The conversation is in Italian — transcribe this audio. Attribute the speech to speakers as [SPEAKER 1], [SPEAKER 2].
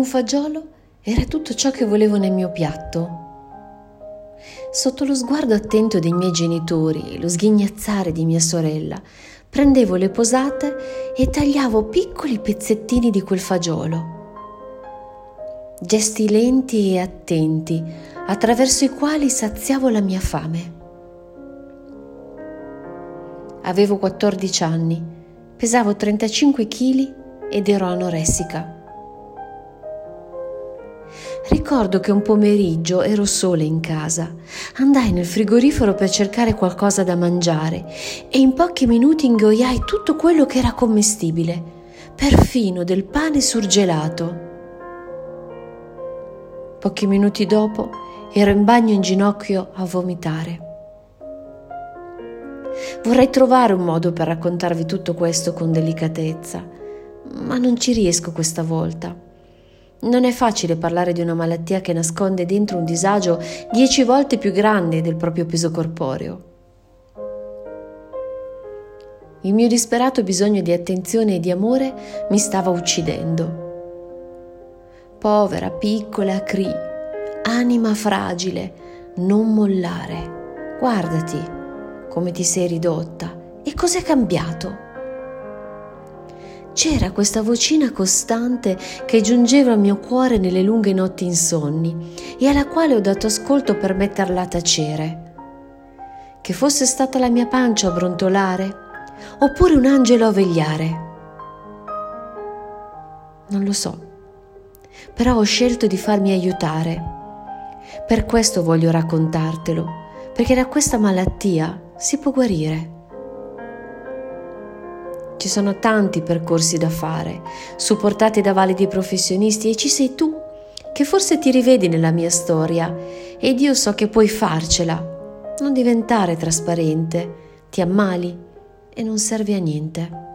[SPEAKER 1] un fagiolo era tutto ciò che volevo nel mio piatto. Sotto lo sguardo attento dei miei genitori e lo sghignazzare di mia sorella, prendevo le posate e tagliavo piccoli pezzettini di quel fagiolo. Gesti lenti e attenti, attraverso i quali saziavo la mia fame. Avevo 14 anni, pesavo 35 kg ed ero anoressica. Ricordo che un pomeriggio ero sola in casa. Andai nel frigorifero per cercare qualcosa da mangiare e in pochi minuti ingoiai tutto quello che era commestibile, perfino del pane surgelato. Pochi minuti dopo ero in bagno in ginocchio a vomitare. Vorrei trovare un modo per raccontarvi tutto questo con delicatezza, ma non ci riesco questa volta. Non è facile parlare di una malattia che nasconde dentro un disagio 10 volte più grande del proprio peso corporeo. Il mio disperato bisogno di attenzione e di amore mi stava uccidendo. Povera, piccola Cri, anima fragile, non mollare. Guardati come ti sei ridotta e cos'è cambiato. C'era questa vocina costante che giungeva al mio cuore nelle lunghe notti insonni e alla quale ho dato ascolto per metterla a tacere. Che fosse stata la mia pancia a brontolare oppure un angelo a vegliare. Non lo so, però ho scelto di farmi aiutare. Per questo voglio raccontartelo, perché da questa malattia si può guarire. Ci sono tanti percorsi da fare, supportati da validi professionisti, e ci sei tu, che forse ti rivedi nella mia storia, ed io so che puoi farcela. Non diventare trasparente, ti ammali e non serve a niente.